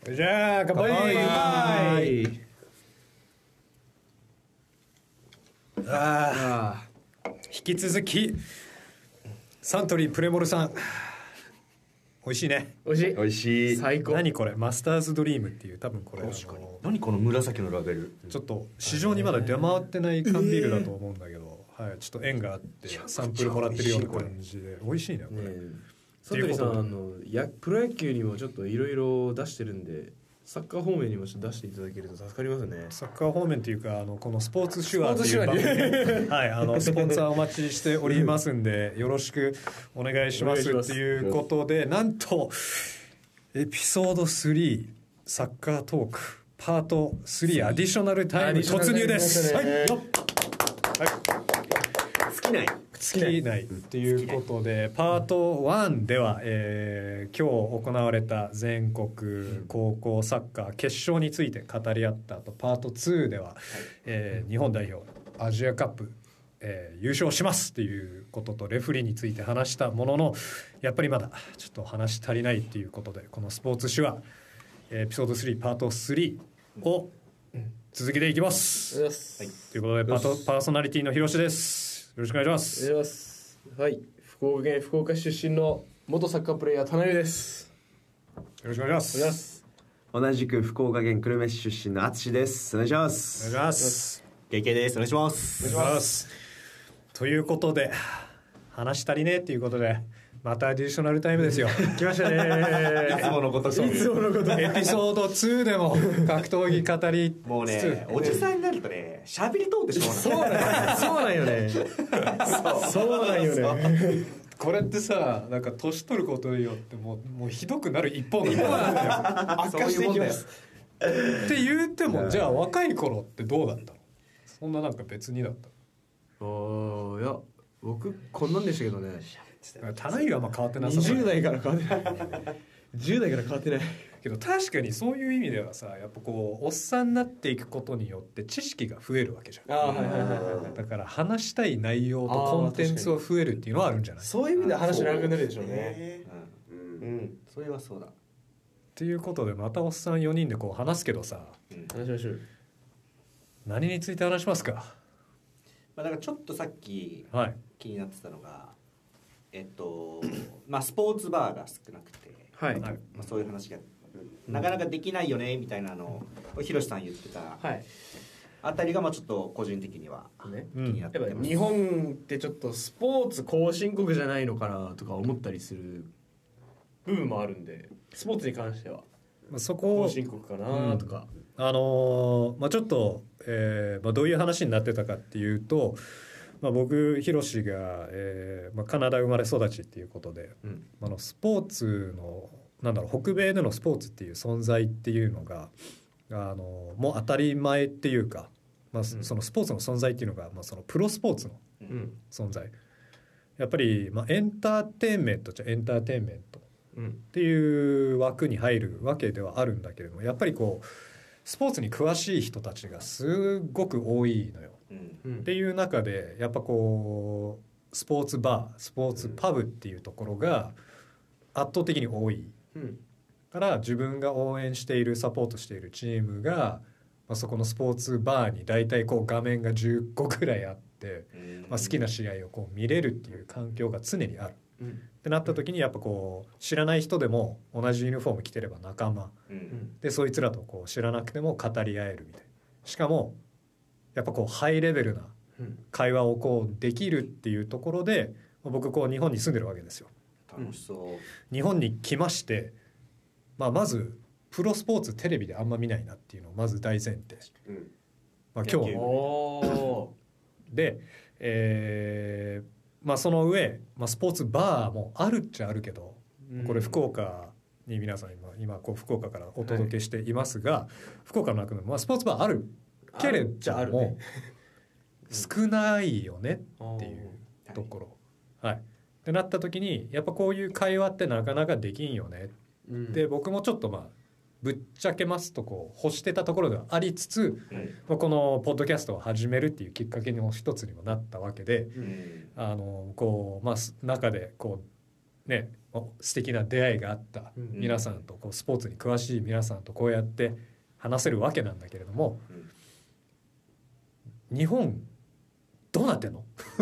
じゃあ乾杯。引き続きサントリープレモルさん美味しいね。 美味しい。 美味しい。 最高。 何これマスターズドリームっていう多分これ何この紫のラベル。 ちょっと市場にまだ出回ってない缶ビールだと思うんだけど、はい、ちょっと縁があってサンプルもらってるような感じで美味しいねこれ。 サントリーさんプロ野球にもちょっといろいろ出してるんで、サッカー方面にもちょっと出していただけると助かりますね。 サッカー方面というかこのスポーツシュアーという番組ではいスポンサーお待ちしておりますんでよろしくお願いしますっていうことで、なんとエピソード3サッカートークパート3アディショナルタイム突入です。はい、よっ、 尽きないっていうことでパート1では、今日行われた全国高校サッカー決勝について語り合った後、パート2では、日本代表アジアカップ、優勝しますっていうこととレフリーについて話したものの、やっぱりまだちょっと話足りないっていうことで、このスポーツ手話エピソード3パート3を続けていきます、はい、ということでパーソナリティのひろしです。よろしくお願いします。 はい、福岡県福岡出身の元サッカープレイヤー田辺です。 よろしくお願いします。 同じく福岡県久留米市出身の淳です。お願いします。 お願いします。 KK です。お願いします。 お願いします。ということで話足りねえっていうことでまたアディショナルタイムですよ。来ましたね。 いつものことエピソード2でも格闘技語りもうね、おじさんになるとね、喋り通ってしまうな。 そうなんよね。そうなんよね。 これってさ、なんか年取ることによってもうひどくなる一方なんだよ。 悪化していきます。 って言っても、じゃあ若い頃ってどうだったの？そんななんか別にだったの？いや僕こんなんでしたけどね。 棚井はあんま変わってなさそう。 20代から変わってない。10代から変わってないけど確かにそういう意味ではさ、やっぱこうおっさんになっていくことによって知識が増えるわけじゃん。だから話したい内容とコンテンツは増えるっていうのはあるんじゃない？ そういう意味で話長くなるでしょうね。 それはそうだ。 っていうことでまたおっさん4人でこう話すけどさ、 話しましょう。 何について話しますか？ だからちょっとさっき気になってたのが、スポーツバーが少なくて、そういう話がなかなかできないよねみたいなのをひろしさん言ってたあたりがちょっと個人的には気になってます。 やっぱ日本ってちょっとスポーツ後進国じゃないのかなとか思ったりする部分もあるんで、スポーツに関してはそこ後進国かなとか、 ちょっと、どういう話になってたかっていうと、僕ヒロシが、カナダ生まれ育ちっていうことで、スポーツの北米でのスポーツっていう存在っていうのがもう当たり前っていうか、そのスポーツの存在っていうのが、そのプロスポーツの存在、やっぱり、エンターテインメントじゃエンターテインメントっていう枠に入るわけではあるんだけれども、やっぱりこうスポーツに詳しい人たちがすごく多いのよ、っていう中でやっぱこうスポーツバースポーツパブっていうところが圧倒的に多い、から自分が応援しているサポートしているチームが、そこのスポーツバーに大体こう画面が10個ぐらいあって、好きな試合をこう見れるっていう環境が常にある、ってなった時にやっぱこう知らない人でも同じユニフォーム着てれば仲間、でそいつらとこう知らなくても語り合えるみたいな、しかもやっぱこうハイレベルな会話をこうできるっていうところで、僕こう日本に住んでるわけですよ。 楽しそう。 日本に来まして、まずプロスポーツテレビであんま見ないなっていうのをまず大前提、今日で、その上、スポーツバーもあるっちゃあるけど、これ福岡に皆さん今こう福岡からお届けしていますが、福岡の中でもスポーツバーあるけれども少ないよねっていうところ、ってなった時にやっぱこういう会話ってなかなかできんよね、で僕もちょっとぶっちゃけますとこう欲してたところではありつつ、このポッドキャストを始めるっていうきっかけの一つにもなったわけで、こう中でこうね素敵な出会いがあった皆さんとこうスポーツに詳しい皆さんとこうやって話せるわけなんだけれども、日本どうなってんの？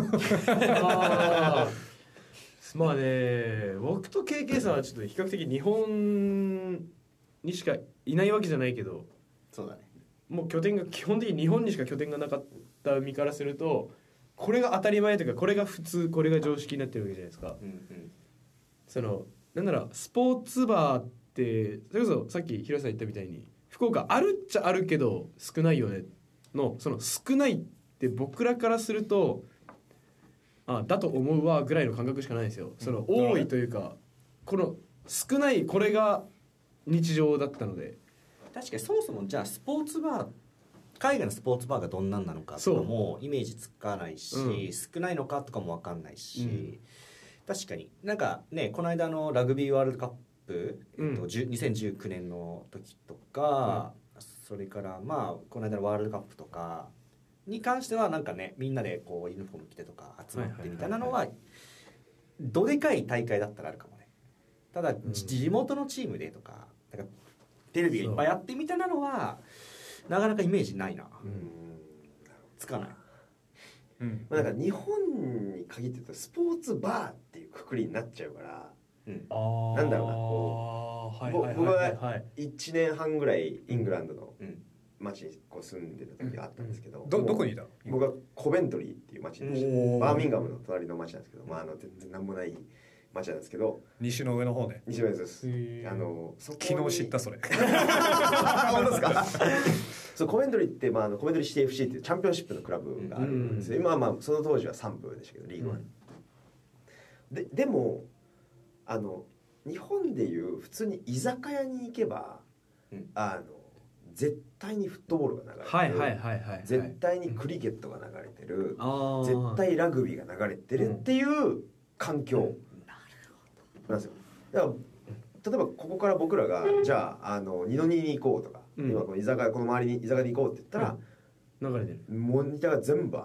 まあね、僕と KK さんはちょっと比較的日本にしかいないわけじゃないけど、 そうだね、 もう拠点が基本的に日本にしか拠点がなかった身からすると、これが当たり前というか、これが普通、これが常識になってるわけじゃないですか。そのなんならスポーツバーってそれこそさっき広瀬さん言ったみたいに福岡あるっちゃあるけど少ないよねの、その少ないって僕らからするとだと思うわぐらいの感覚しかないんですよ。その多いというか、この少ないこれが日常だったので。 確かにそもそもじゃあスポーツバー、海外のスポーツバーがどんなんなのかとかもイメージつかないし、少ないのかとかも分かんないし、確かになんかね、この間のラグビーワールドカップ、2019年の時とか、それからまあこの間のワールドカップとかに関してはなんかね、みんなでこうユニフォーム着てとか集まってみたいなのはどでかい大会だったらあるかもね。ただ地元のチームでとか、だからテレビがいっぱいあってみたいなのはなかなかイメージないな、つかない。 だから日本に限って言うとスポーツバーっていうくくりになっちゃうから、なんだろうな、こう僕は1年半ぐらいイングランドの町にこう住んでた時があったんですけど、 どこにいたの？ 僕はコベントリーっていう町でした。バーミンガムの隣の町なんですけど、全然なんもない町なんですけど、 西の上の方ね。 西の上です。 昨日知ったそれ。 本当ですか？そう、コメントリーって、コメントリーシティ FC っていうチャンピオンシップのクラブがあるんですよ。今はその当時は3部でしたけど、リーグワン。でも日本でいう普通に居酒屋に行けば、絶対にフットボールが流れてる、絶対にクリケットが流れてる、絶対ラグビーが流れてるっていう環境なんですよ。だから例えばここから僕らがじゃあ二の二に行こうとか、今この居酒屋、この周りに居酒屋に行こうって言ったら、 流れてるモニターが全部あって、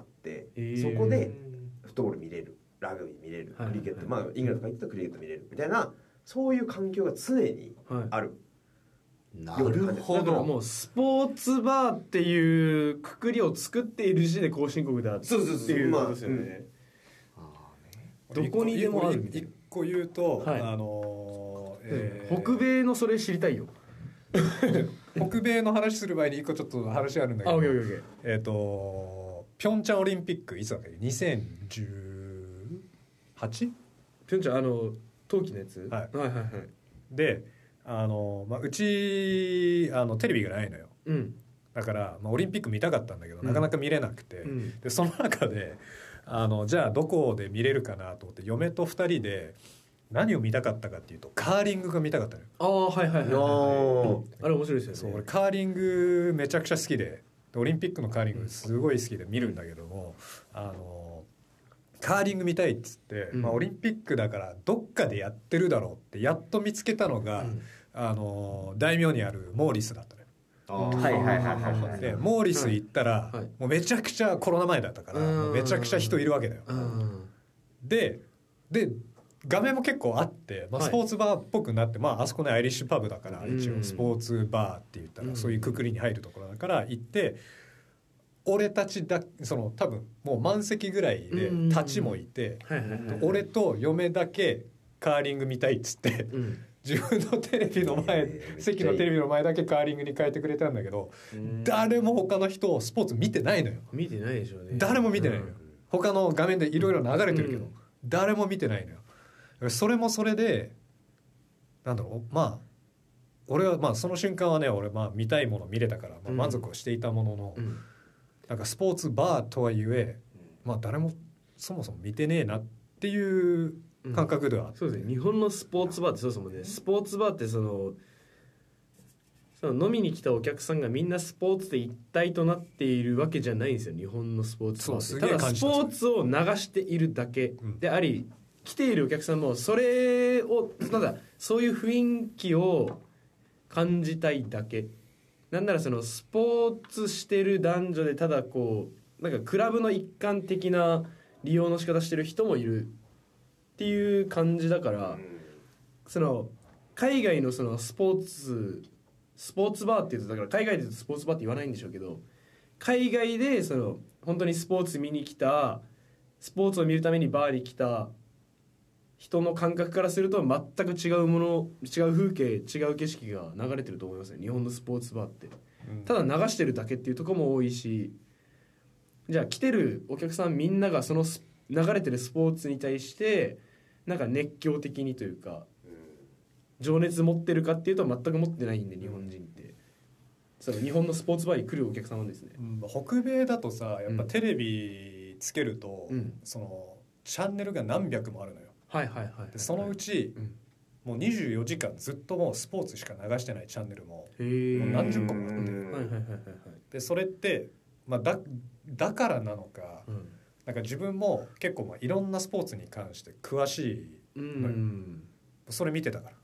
そこでフットボール見れる、ラグビー見れる、クリケット、イングランドとか行ったらクリケット見れるみたいな、そういう環境が常にある。 なるほど。 だからもうスポーツバーっていうくくりを作っている時点で後進国だっていうことですよね。どこにでもあるみたいな。 一個言うと、 北米のそれ知りたいよ。 北米の話する前に一個ちょっと話あるんだけど、ピョンチャンオリンピックいつだっけ、2018？ ピョンチャン冬季のやつ？ でうちテレビがないのよ、だから、オリンピック見たかったんだけど、なかなか見れなくて、でその中でじゃあどこで見れるかなと思って嫁と2人で何を見たかったかっていうとカーリングが見たかったのよ。 あれ面白いですよね。 そう、俺カーリングめちゃくちゃ好きで、オリンピックのカーリングすごい好きで見るんだけども、カーリング見たいっつって、オリンピックだからどっかでやってるだろうってやっと見つけたのが、大名にあるモーリスだったのよ。でモーリス行ったら、もうめちゃくちゃコロナ前だったから、もうめちゃくちゃ人いるわけだよ。で画面も結構あって、スポーツバーっぽくなって、あそこねアイリッシュパブだから、一応スポーツバーって言ったらそういうくくりに入るところだから行って、俺たちだ多分もう満席ぐらいで立ちもいて、俺と嫁だけカーリング見たいっつって、自分のテレビの前、席のテレビの前だけカーリングに変えてくれたんだけど、誰も他の人スポーツ見てないのよ。 見てないでしょうね。 誰も見てないのよ。他の画面でいろいろ流れてるけど、誰も見てないのよ。それもそれでなんだろう、俺はその瞬間はね、俺見たいもの見れたから、満足をしていたものの、なんかスポーツバーとはいえ、誰もそもそも見てねえなっていう感覚では、 そうですね。日本のスポーツバーってそうですもんね。スポーツバーってその飲みに来たお客さんがみんなスポーツで一体となっているわけじゃないんですよ、日本のスポーツバーって。ただスポーツを流しているだけであり、来ているお客さんもそれをそういう雰囲気を感じたいだけ。なんならそのスポーツしてる男女でただこうなんかクラブの一環的な利用の仕方してる人もいるっていう感じだから、 その海外のそのスポーツバーっていうとだから海外で言うとスポーツバーって言わないんでしょうけど、海外でその本当にスポーツ見に来た、スポーツを見るためにバーに来た人の感覚からすると全く違うもの、違う風景、違う景色が流れてると思いますね、日本のスポーツバーって。ただ流してるだけっていうところも多いし、じゃあ来てるお客さんみんながその流れてるスポーツに対してなんか熱狂的にというか情熱持ってるかっていうと全く持ってないんで、日本人ってその日本のスポーツバーに来るお客様ですね、 北米だとさやっぱテレビつけると、そのチャンネルが何百もあるのよ。 はいはいはい、 でそのうち、もう24時間ずっともうスポーツしか流してないチャンネルももう何十個もあって、でそれって、だからなのか、なんか自分も結構いろんなスポーツに関して詳しいのよ、それ見てたから、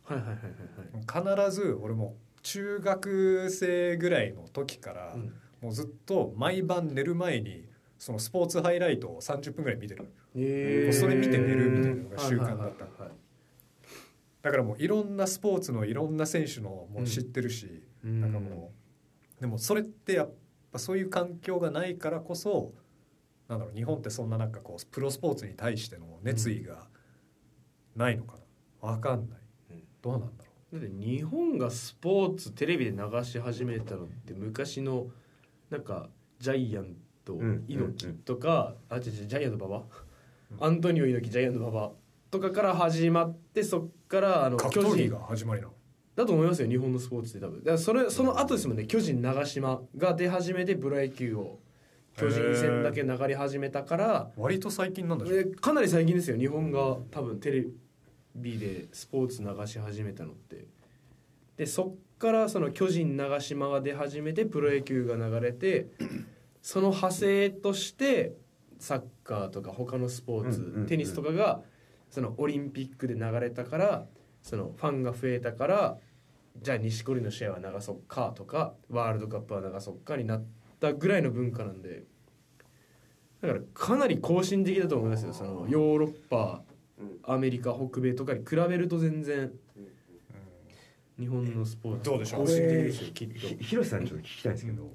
必ず俺も中学生ぐらいの時から、もうずっと毎晩寝る前にそのスポーツハイライトを30分ぐらい見てる、もうそれ見て寝るみたいなのが習慣だった、だからもういろんなスポーツのいろんな選手のも知ってるし、なんかもうでもそれってやっぱそういう環境がないからこそ、なんだろう、日本ってそんななんかこうプロスポーツに対しての熱意がないのかな、分かんない、どうなんだろう。 だって日本がスポーツテレビで流し始めたのって昔のなんかジャイアント猪木とか、ジャイアント馬場、アントニオ猪木ジャイアント馬場とかから始まって、そっから格闘技が始まりなのだと思いますよ、日本のスポーツって多分。だからその後ですもんね、巨人長嶋が出始めてプロ野球を巨人戦だけ流れ始めたから、 割と最近なんだしょ。 かなり最近ですよ、日本が多分テレビでスポーツ流し始めたのって。でそっからその巨人長嶋が出始めてプロ野球が流れて、その派生としてサッカーとか他のスポーツ、テニスとかがそのオリンピックで流れたから、そのファンが増えたから、じゃあ錦織の試合は流そうかとかワールドカップは流そうかになったぐらいの文化なんで、だからかなり後進的だと思いますよ。そのヨーロッパ、アメリカ、北米とかに比べると全然日本のスポーツどうでしょう。 後進的ですよきっと。 広瀬さんにちょっと聞きたいんですけど、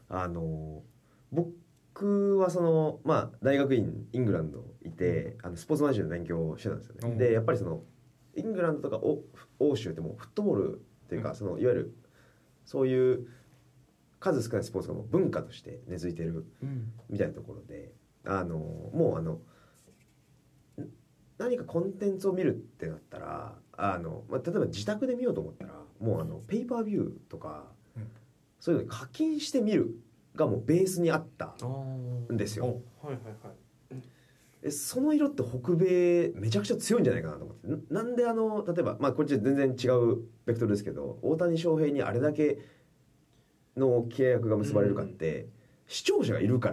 僕はその大学院イングランドいて、スポーツマネージメントの勉強をしてたんですよね。でやっぱりそのイングランドとか欧州ってもうフットボールっていうか、そのいわゆるそういう数少ないスポーツがもう文化として根付いてるみたいなところで、もう何かコンテンツを見るってなったら例えば自宅で見ようと思ったらもうペーパービューとか、そういうのに課金して見るがもうベースにあったんですよ。その色って北米めちゃくちゃ強いんじゃないかなと思って、なんで例えばこっち全然違うベクトルですけど、大谷翔平にあれだけの契約が結ばれるかって、視聴者がいるから。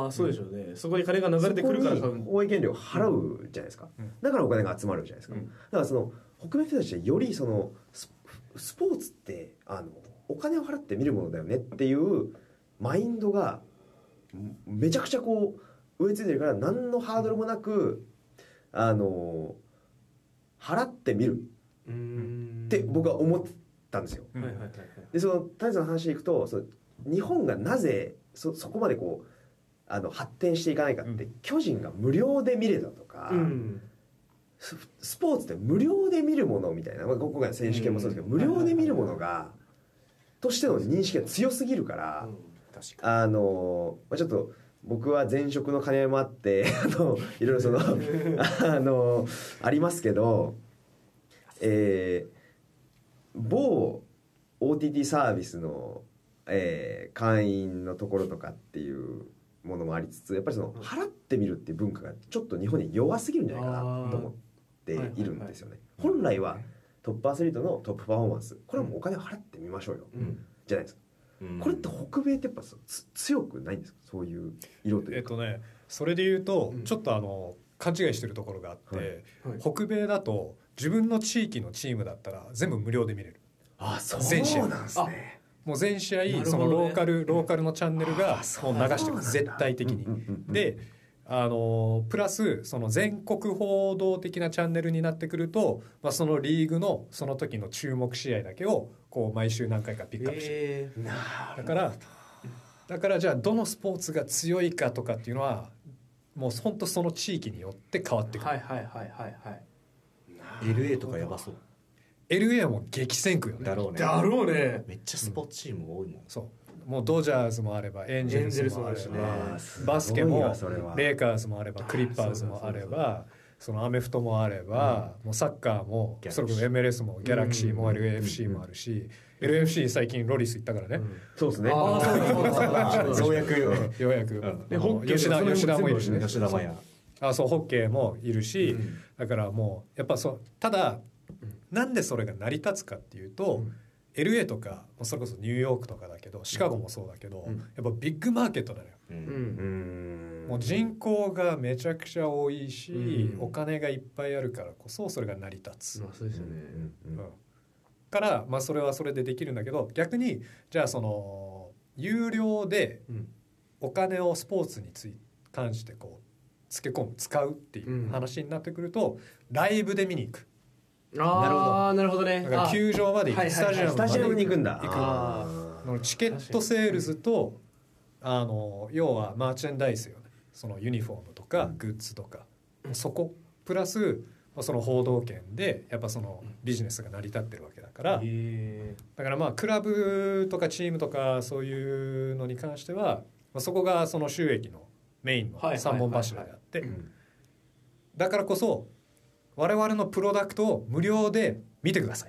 そうでしょうね。そこに金が流れてくるからそこに放映権料を払うじゃないですか、だからお金が集まるじゃないですか、だからその北米の人たちでよりそのスポーツってお金を払って見るものだよねっていうマインドがめちゃくちゃこう植え付いてるから、何のハードルもなく払ってみるって僕は思ったんですよ。でその谷さんの話でいくと、日本がなぜそこまでこう発展していかないかって、巨人が無料で見れたとか、スポーツって無料で見るものみたいな、今回の選手権もそうですけど、無料で見るものがとしての認識が強すぎるから、ちょっと僕は前職の兼ね合いもあっていろいろそのありますけど、某 OTT サービスの、会員のところとかっていうものもありつつ、やっぱりその払ってみるっていう文化がちょっと日本に弱すぎるんじゃないかなと思っているんですよね。本来はトップアスリートのトップパフォーマンス、これはもうお金を払ってみましょうよ、じゃないですか。これって北米ってやっぱ強くないんですか、そういう色というか。 それで言うと、ちょっと勘違いしてるところがあって、北米だと自分の地域のチームだったら全部無料で見れる。 そうなんですね。 もう全試合、そのローカルのチャンネルがもう流してる、絶対的に。でプラスその全国報道的なチャンネルになってくると、そのリーグのその時の注目試合だけをこう毎週何回かピックアップして、だからじゃあどのスポーツが強いかとかっていうのはもう本当その地域によって変わってくる。 LA とかやばそう。 LA はもう激戦区よね。 だろうね。 めっちゃスポーツチーム多いもん。 そうもうドジャーズもあればエンジェルスもあれば、バスケもレイカーズもあればクリッパーズもあれば、そのアメフトもあれば、もうサッカーもそれこそ MLS もギャラクシーも LAFC もあるし、LAFC 最近ロリス行ったからね。 そうですね。 ようやく吉田もいるしね。 吉田麻也。 そうホッケーもいるし、だからもうやっぱただなんでそれが成り立つかっていうと、LA とかそれこそニューヨークとかだけどシカゴもそうだけど、やっぱビッグマーケットだよ。もう人口がめちゃくちゃ多いし、お金がいっぱいあるからこそそれが成り立つ。 そうですよね。 からそれはそれでできるんだけど、逆にじゃあその有料でお金をスポーツに関してこうつけ込む使うっていう話になってくると、ライブで見に行く。 なるほどね。 だから球場まで行く、スタジアムに行くんだ。 チケットセールスと要はマーチェンダイスよね。そのユニフォームとかグッズとか、そこプラスその報道権でやっぱそのビジネスが成り立ってるわけだから、だからクラブとかチームとかそういうのに関しては、そこがその収益のメインの3本柱であって、だからこそ我々のプロダクトを無料で見てくださいって、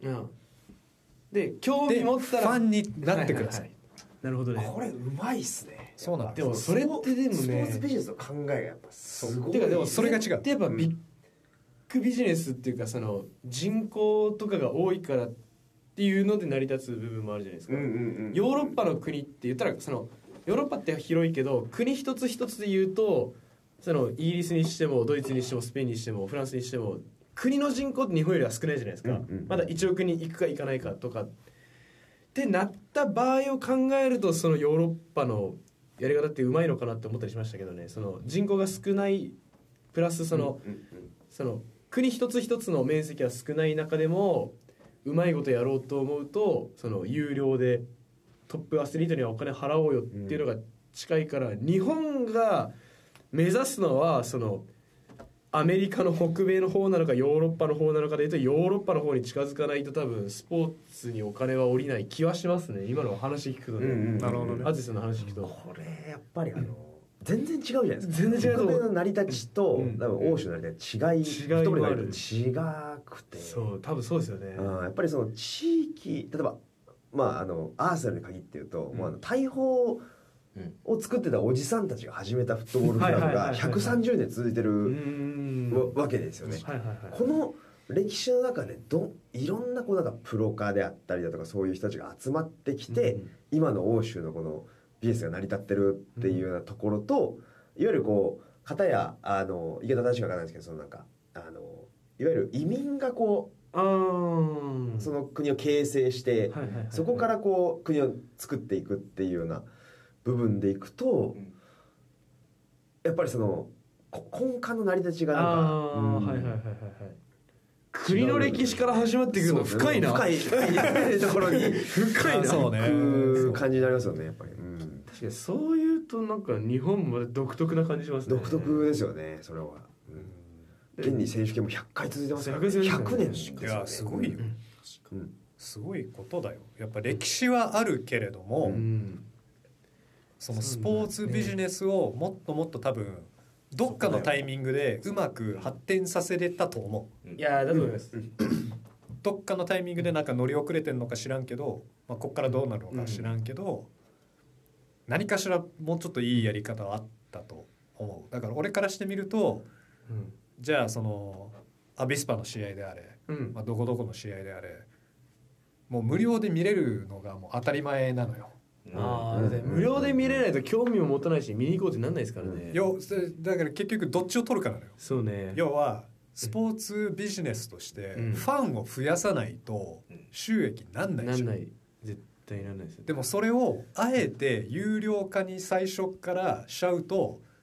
で興味持ったらファンになってください。 なるほどね。 これうまいっすね。 そうなんです。 でもそれってでもね、 スポーツビジネスの考えがやっぱすごい。 てかでもそれが違う。 やっぱビッグビジネスっていうか、その人口とかが多いからっていうので成り立つ部分もあるじゃないですか。ヨーロッパの国って言ったら、そのヨーロッパって広いけど国一つ一つで言うと、そのイギリスにしてもドイツにしてもスペインにしてもフランスにしても国の人口って日本よりは少ないじゃないですか。まだ1億人行くか行かないかとかってなった場合を考えると、そのヨーロッパのやり方ってうまいのかなって思ったりしましたけどね。その人口が少ないプラスその国一つ一つの面積が少ない中でもうまいことやろうと思うと、その有料でトップアスリートにはお金払おうよっていうのが近いから、日本が目指すのはそのアメリカの北米の方なのかヨーロッパの方なのかでいうと、ヨーロッパの方に近づかないと多分スポーツにお金は降りない気はしますね、今の話聞くとね。 なるほどね。 アジスの話聞くとこれやっぱり全然違うじゃないですか。 全然違うと思う。 北米の成り立ちと、多分欧州の成り立ち違いもある。 違くて、 そう多分そうですよね。 やっぱりその地域、例えばアーセナルに限って言うと、もう大砲を作ってたおじさんたちが始めたフットボールクラブが130年続いてるわけですよね。この歴史の中でいろんななんかプロ化であったりだとか、そういう人たちが集まってきて、今の欧州のこのビジネスが成り立ってるっていうようなところと、いわゆる片や言い方正しいか分からないですけど、そのなんかいわゆる移民がその国を形成して、そこから国を作っていくっていうような部分でいくと、やっぱりその根幹の成り立ちがなんか、 国の歴史から始まっていくの深いな。 深いところに深いな。 そうね。 感じになりますよね、やっぱり。 確かにそういうとなんか日本も独特な感じしますね。 独特ですよね、それは。現に選手権も100回続いてますからね。100年ですよね。 いやすごいよ。すごいことだよ。やっぱ歴史はあるけれども、そのスポーツビジネスをもっともっと多分どっかのタイミングでうまく発展させれたと思う。 いやだと思います。 どっかのタイミングでなんか乗り遅れてんのか知らんけど、こっからどうなるのか知らんけど、何かしらもうちょっといいやり方はあったと思う。だから俺からしてみると、じゃあそのアビスパの試合であれ、どこどこの試合であれ、もう無料で見れるのがもう当たり前なのよ。 無料で見れないと興味も持たないし、見に行こうってなんないですからね。 だから結局どっちを取るかなのよ。 そうね。 要はスポーツビジネスとしてファンを増やさないと収益なんないでしょ。 なんない、絶対なんないですよ。 でもそれをあえて有料化に最初からしちゃうと、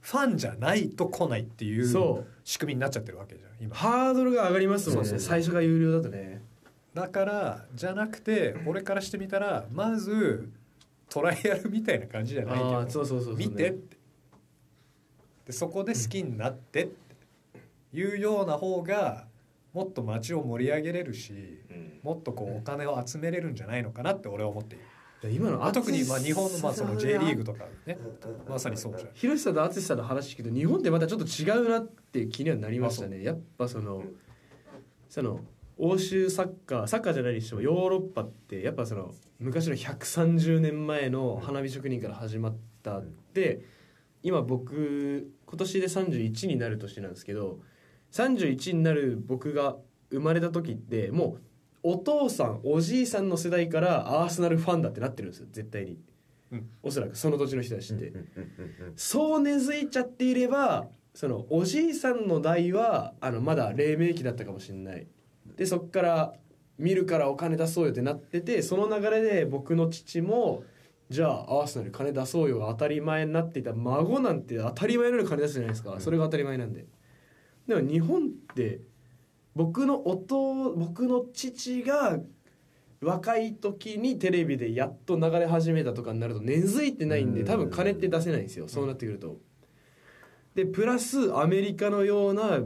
ファンじゃないと来ないっていうそう仕組みになっちゃってるわけじゃん今。 ハードルが上がりますもんね。 そうそうそう最初が有料だとね。 だからじゃなくて俺からしてみたらまずトライアルみたいな感じじゃないけど、 そう見てってでそこで好きになってっていうような方がもっと街を盛り上げれるし、もっとこうお金を集めれるんじゃないのかなって俺は思っている。 今の特にまあ日本のその J リーグとかね、まさにそうじゃん。 広瀬さんと淳さんの話聞くと日本ってまたちょっと違うなっていう気にはなりましたね。やっぱその欧州サッカーじゃないにしてもヨーロッパってやっぱその昔の130年前の花火職人から始まったって今僕今年で31になる年なんですけど、31になる僕が生まれた時ってもうお父さんおじいさんの世代からアーセナルファンだってなってるんですよ絶対に、おそらくその土地の人たちって、そう根付いちゃっていればそのおじいさんの代はまだ黎明期だったかもしれない。でそっから見るからお金出そうよってなってて、その流れで僕の父もじゃあアーセナル金出そうよが当たり前になっていた。孫なんて当たり前のように金出すじゃないですか、それが当たり前なんで。でも日本って僕の父が若い時にテレビでやっと流れ始めたとかになると根付いてないんで多分金って出せないんですよ、そうなってくると。でプラスアメリカのような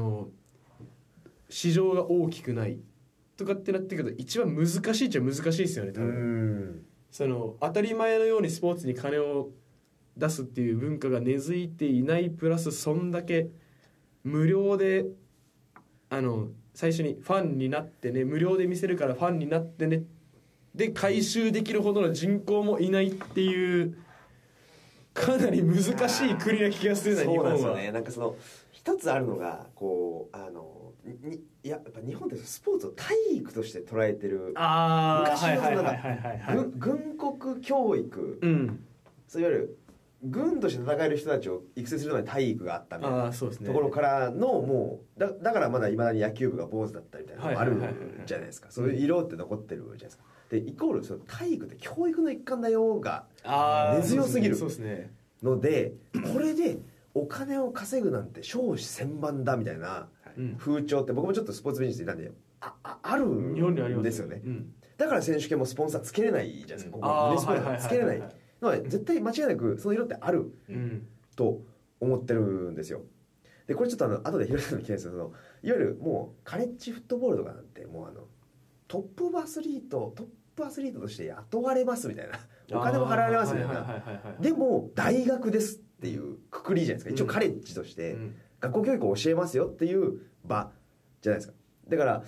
市場が大きくないとかってなってくると一番難しいっちゃ難しいですよね多分。その当たり前のようにスポーツに金を出すっていう文化が根付いていないプラスそんだけ無料で最初にファンになってね無料で見せるからファンになってねで回収できるほどの人口もいないっていうかなり難しい国な気がするな日本は。 そうなんですよね。なんかその一つあるのがこうやっぱ日本ってスポーツを体育として捉えてる昔のなんか軍国教育、そういわゆる軍として戦える人たちを育成するのに体育があったみたいなところからのもうだからまだいまだに野球部が坊主だったみたいなのもあるじゃないですか。そういう色って残ってるじゃないですか。でイコールその体育って教育の一環だよが根強すぎるので、これでお金を稼ぐなんて少子千万だみたいな風潮って僕もちょっとスポーツビジネスにいたんであるんですよね。だから選手権もスポンサーつけれないじゃないですか。ここミニスポンサーつけれないので絶対間違いなくその色ってあると思ってるんですよ。でこれちょっと後で広瀬さんに聞きたいんですけど、いわゆるもうカレッジフットボールとかなんてもうトップアスリートとして雇われますみたいな、お金も払われますみたいな、でも大学ですっていうくくりじゃないですか。一応カレッジとして学校教育を教えますよっていう場じゃないですか。だから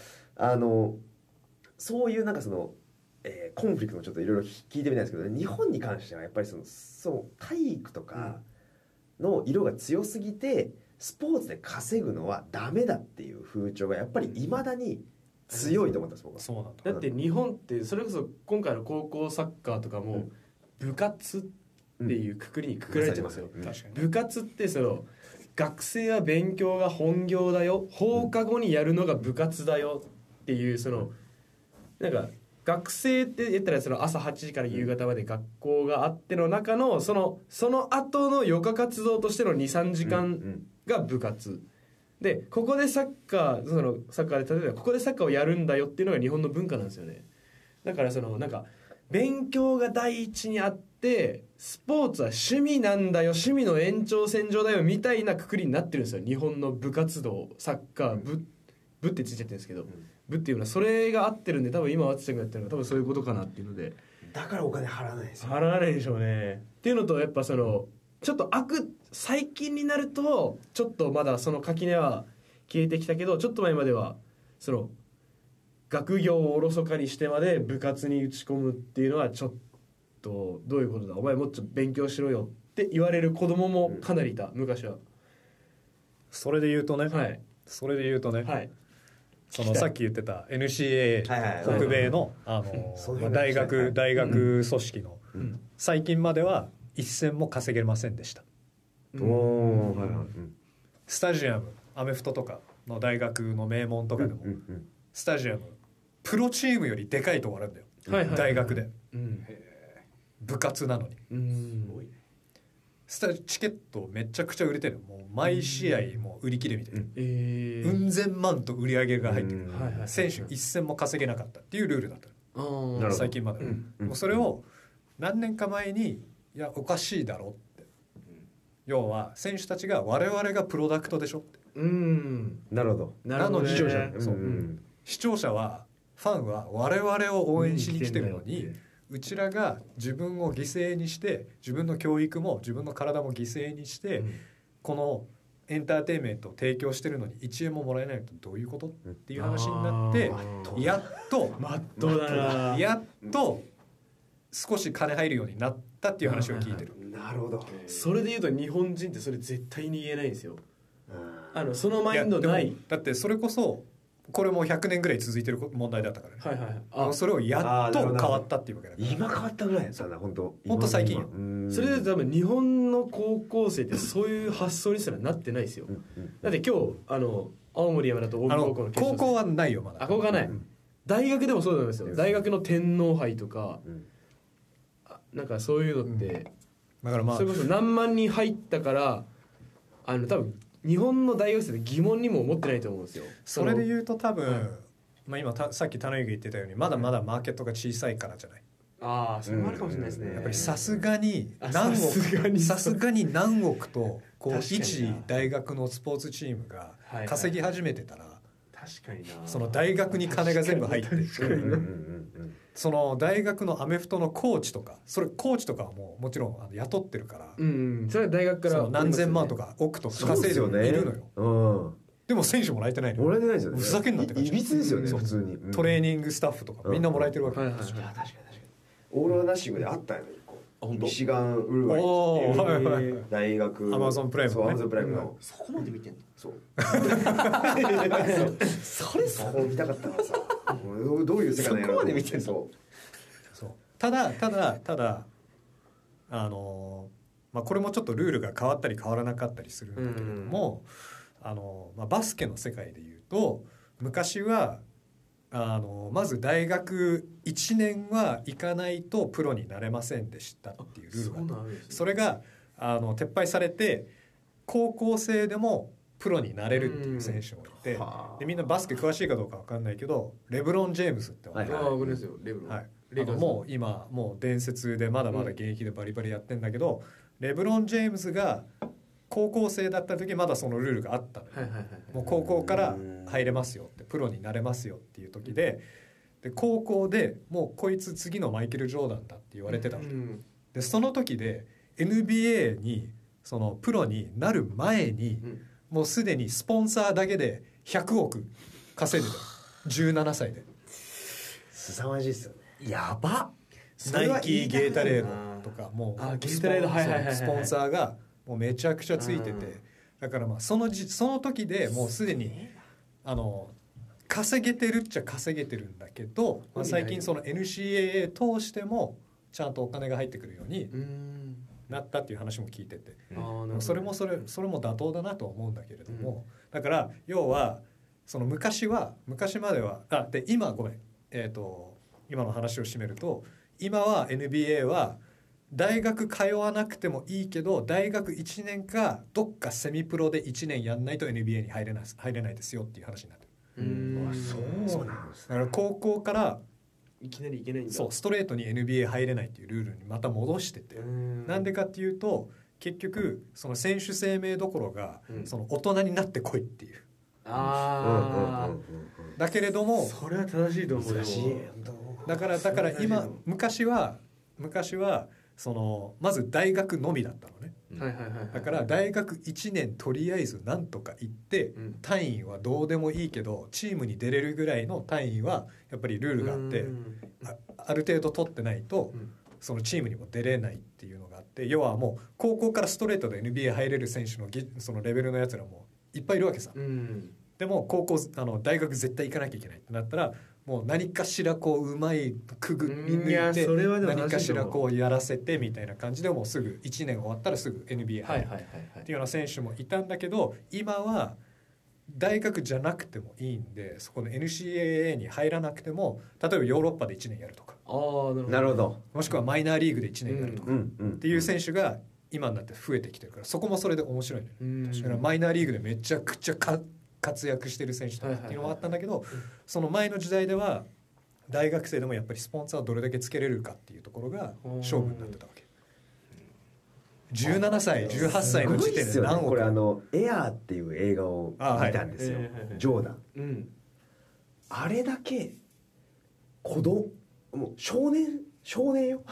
そういうなんかその、コンフリクトもちょっといろいろ聞いてみたいんですけどね、日本に関してはやっぱりその体育とかの色が強すぎてスポーツで稼ぐのはダメだっていう風潮がやっぱりいまだに強いと思ったんです僕は。 そうなんだ。だって日本ってそれこそ今回の高校サッカーとかも部活っていうくくりにくくられてますよ。部活ってその学生は勉強が本業だよ、放課後にやるのが部活だよっていう、そのなんか学生って言ったらその朝8時から夕方まで学校があっての中のその後の余暇活動としての 2,3 時間が部活で、ここでサッカーで例えばここでサッカーをやるんだよっていうのが日本の文化なんですよね。だからそのなんか勉強が第一にあってスポーツは趣味なんだよ、趣味の延長線上だよみたいなくくりになってるんですよ日本の部活動。サッカー部ってついちゃってるんですけど、部っていうのはそれが合ってるんで、多分今淳さんがやってるのは多分そういうことかなっていうので、 だからお金払わないですよ。 払わないでしょうねっていうのと、やっぱそのちょっと最近になるとちょっとまだその垣根は消えてきたけど、ちょっと前まではその学業をおろそかにしてまで部活に打ち込むっていうのはちょっとどういうことだ、お前もっと勉強しろよって言われる子供もかなりいた、昔は。 それで言うとね、そのさっき言ってた NCAA 北米の大学組織の最近までは一銭も稼げませんでした。スタジアムアメフトとかの大学の名門とかでもスタジアムプロチームよりでかいとこあるんだよ、大学で、部活なのに。 チケットめちゃくちゃ売れてる、もう毎試合もう売り切れみたいな、うん千万と売り上げが入ってる、選手一銭も稼げなかったっていうルールだった最近まで、もうそれを何年か前にいやおかしいだろって、要は選手たちが我々がプロダクトでしょって、 なるほど。 なのに視聴者、視聴者はファンは我々を応援しに来てるのに、うちらが自分を犠牲にして自分の教育も自分の体も犠牲にして、このエンターテインメントを提供してるのに1円ももらえないとどういうことっていう話になって、やっと少し金入るようになったっていう話を聞いてる。 なるほど。 それでいうと日本人ってそれ絶対に言えないんですよ。そのマインドない。 だってそれこそこれも100年ぐらい続いてる問題だったからね、それをやっと変わったっていうわけだから。 今変わったぐらいそんな本当最近よ。 それで多分日本の高校生ってそういう発想にすらなってないですよ。だって今日青森山田と近江高校の決勝、 高校はないよまだ。 高校はない、大学でもそうなんですよ。大学の天皇杯とか、なんかそういうのって、 だからまあそれこそ何万人入ったから多分日本の大学生で疑問にも思ってないと思うんですよ。 それで言うと多分、今さっき田中が言ってたようにまだまだマーケットが小さいからじゃない。 それもあるかもしれないですね。 やっぱりさすがに何億とこう一大学のスポーツチームが稼ぎ始めてたら、 確かにな、 その大学に金が全部入ってその大学のアメフトのコーチとか、コーチとかはもちろん雇ってるから、 それは大学から何千万とか億とか稼いでいるのよ。でも選手もらえてないのよ。 もらえてないですよね。 ふざけんなって感じ。 いびつですよね普通に。 トレーニングスタッフとかみんなもらえてるわけ。 確かにオーロラナッシングであったよね。ミシガンウルワイっていう大学、 アマゾンプライムの、 アマゾンプライムの、 そこまで見てんの。 そうそこ見たかったからさ、どういう世界なの。 そこまで見てんの。 そうただこれもちょっとルールが変わったり変わらなかったりするんだけれども、バスケの世界でいうと昔はまず大学1年は行かないとプロになれませんでしたっていうルールがあって、それが撤廃されて高校生でもプロになれるっていう選手もいて、でみんなバスケ詳しいかどうか分かんないけどレブロン・ジェームズって分かる？もう今もう伝説でまだまだ現役でバリバリやってんだけど、レブロン・ジェームズが高校生だった時まだそのルールがあったの、もう高校から入れますよって、プロになれますよっていう時で高校でもうこいつ次のマイケル・ジョーダンだって言われてたの、でその時で NBA にそのプロになる前に、もうすでにスポンサーだけで100億稼いでた17歳で。 凄まじいですよね。 やば。 ナイキゲータレードとかもうゲータレードスポンサーがもうめちゃくちゃついてて、だからその時でもうすでに稼げてるっちゃ稼げてるんだけど、最近その NCAA 通してもちゃんとお金が入ってくるようになったっていう話も聞いてて、それも妥当だなとは思うんだけれども、だから要はその昔まではで今ごめん今の話を締めると、今は NBA は大学通わなくてもいいけど大学1年かどっかセミプロで1年やんないと NBA に入れないですよっていう話になってる。 そうなんです。 だから高校からいきなりいけないんだ。 そうストレートに NBA 入れないっていうルールにまた戻してて、なんでかっていうと結局その選手生命どころがその大人になってこいっていう。だけれどもそれは正しいと思う。 だから今昔はそのまず大学のみだったのね。だから大学1年とりあえずなんとか行って、単位はどうでもいいけどチームに出れるぐらいの単位はやっぱりルールがあって、ある程度取ってないとそのチームにも出れないっていうのがあって、要はもう高校からストレートで NBA 入れる選手のそのレベルのやつらもいっぱいいるわけさ。でも大学絶対行かなきゃいけないってなったら、もう何かしらこううまいくぐり抜いて何かしらこうやらせてみたいな感じでもうすぐ1年終わったらすぐ NBA 入るっていうような選手もいたんだけど、今は大学じゃなくてもいいんで、そこの NCAA に入らなくても例えばヨーロッパで1年やるとか、 なるほど、 もしくはマイナーリーグで1年やるとかっていう選手が今になって増えてきてるから、そこもそれで面白いね。確かにマイナーリーグでめちゃくちゃ活躍してる選手とかっていうのもあったんだけど、その前の時代では大学生でもやっぱりスポンサーをどれだけつけれるかっていうところが勝負になってたわけ。17歳18歳の時点で何億、 これエアーっていう映画を見たんですよ、ジョーダン、あれだけもう少年よ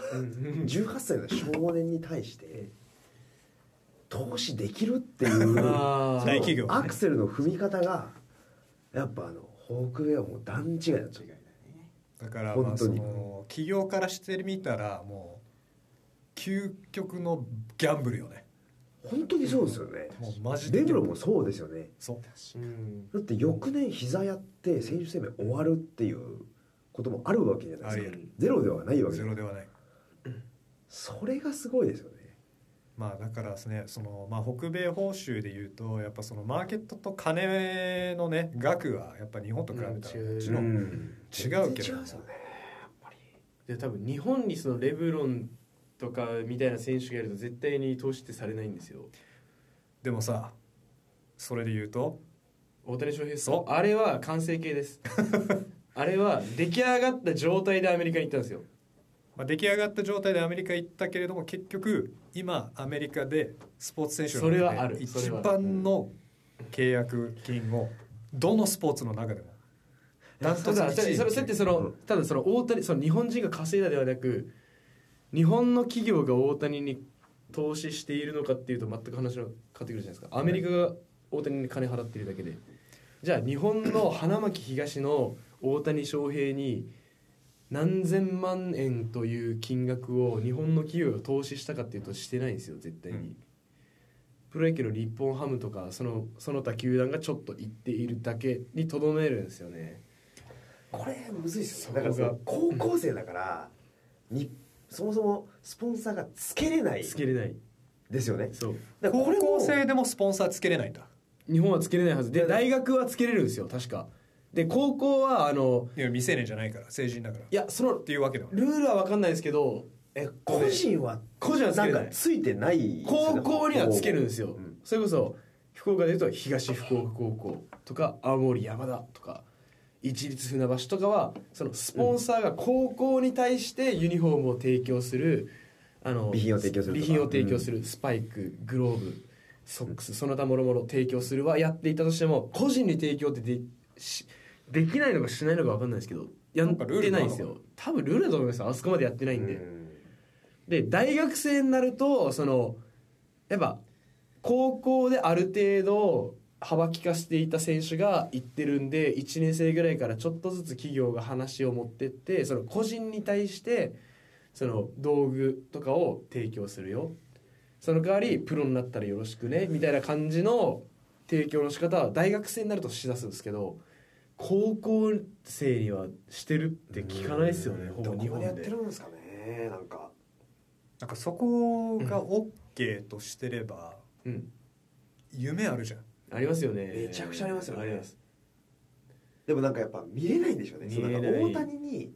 18歳の少年に対して投資できるっていう大企業、ね、 アクセルの踏み方がやっぱホークウェイはもう段違いだった。 だからまあその企業からしてみたらもう究極のギャンブルよね。 本当にそうですよね。 もうマジでレブロンもそうですよね。 そうだって翌年膝やって選手生命終わるっていうこともあるわけじゃないですか。ゼロではないわけゼロではない。 それがすごいですよね。 まあだからですね、そのまあ北米報酬でいうとやっぱそのマーケットと金のね額はやっぱ日本と比べたらもちろん違うけど、 で多分日本にそのレブロンとかみたいな選手がいると絶対に投資ってされないんですよ。 でもさ、それで言うと大谷翔平さん、あれは完成形ですあれは出来上がった状態でアメリカに行ったんですよ。 まあ、出来上がった状態でアメリカ行ったけれども結局今アメリカでスポーツ選手の中で一番の契約金をどのスポーツの中でもダントツ1位。 それってただその大谷、その日本人が稼いだではなく日本の企業が大谷に投資しているのかっていうと全く話が変わってくるじゃないですか。アメリカが大谷に金払っているだけで、じゃあ日本の花巻東の大谷翔平に何千万円という金額を日本の企業が投資したかっていうとしてないんですよ絶対に。プロ野球の日本ハムとかその他球団がちょっと言っているだけにとどめるんですよね。 これむずいっすよ。だからさ高校生だからそもそもスポンサーがつけれないですよね。 そう高校生でもスポンサーつけれないんだ。 日本はつけれないはずで、大学はつけれるんですよ確か。で高校はいや未成年じゃないから成人だから、 いやそのっていうわけではルールは分かんないですけど、 個人はなんかついてない、 高校にはつけるんですよ、それこそ福岡でいうと東福岡高校とか青森山田とか市立船橋とかはそのスポンサーが高校に対してユニフォームを提供する、 備品を提供するスパイクグローブソックスその他もろもろ提供するはやっていたとしても個人に提供ってできないのかしないのか分かんないですけどやってないんですよ。多分ルールだと思いますよ。あそこまでやってないんで。で大学生になるとやっぱ高校である程度幅利かせていた選手が行ってるんで1年生ぐらいからちょっとずつ企業が話を持ってってその個人に対してその道具とかを提供するよ、その代わりプロになったらよろしくねみたいな感じの提供の仕方は大学生になるとしだすんですけど、高校生にはしてるって聞かないですよね。ほぼ日本でやってるんですかね。なんかそこが OK としてれば、夢あるじゃん。 ありますよね。 めちゃくちゃありますよね。 あります。 でもなんかやっぱ見れないんでしょうね。 見れない。 大谷に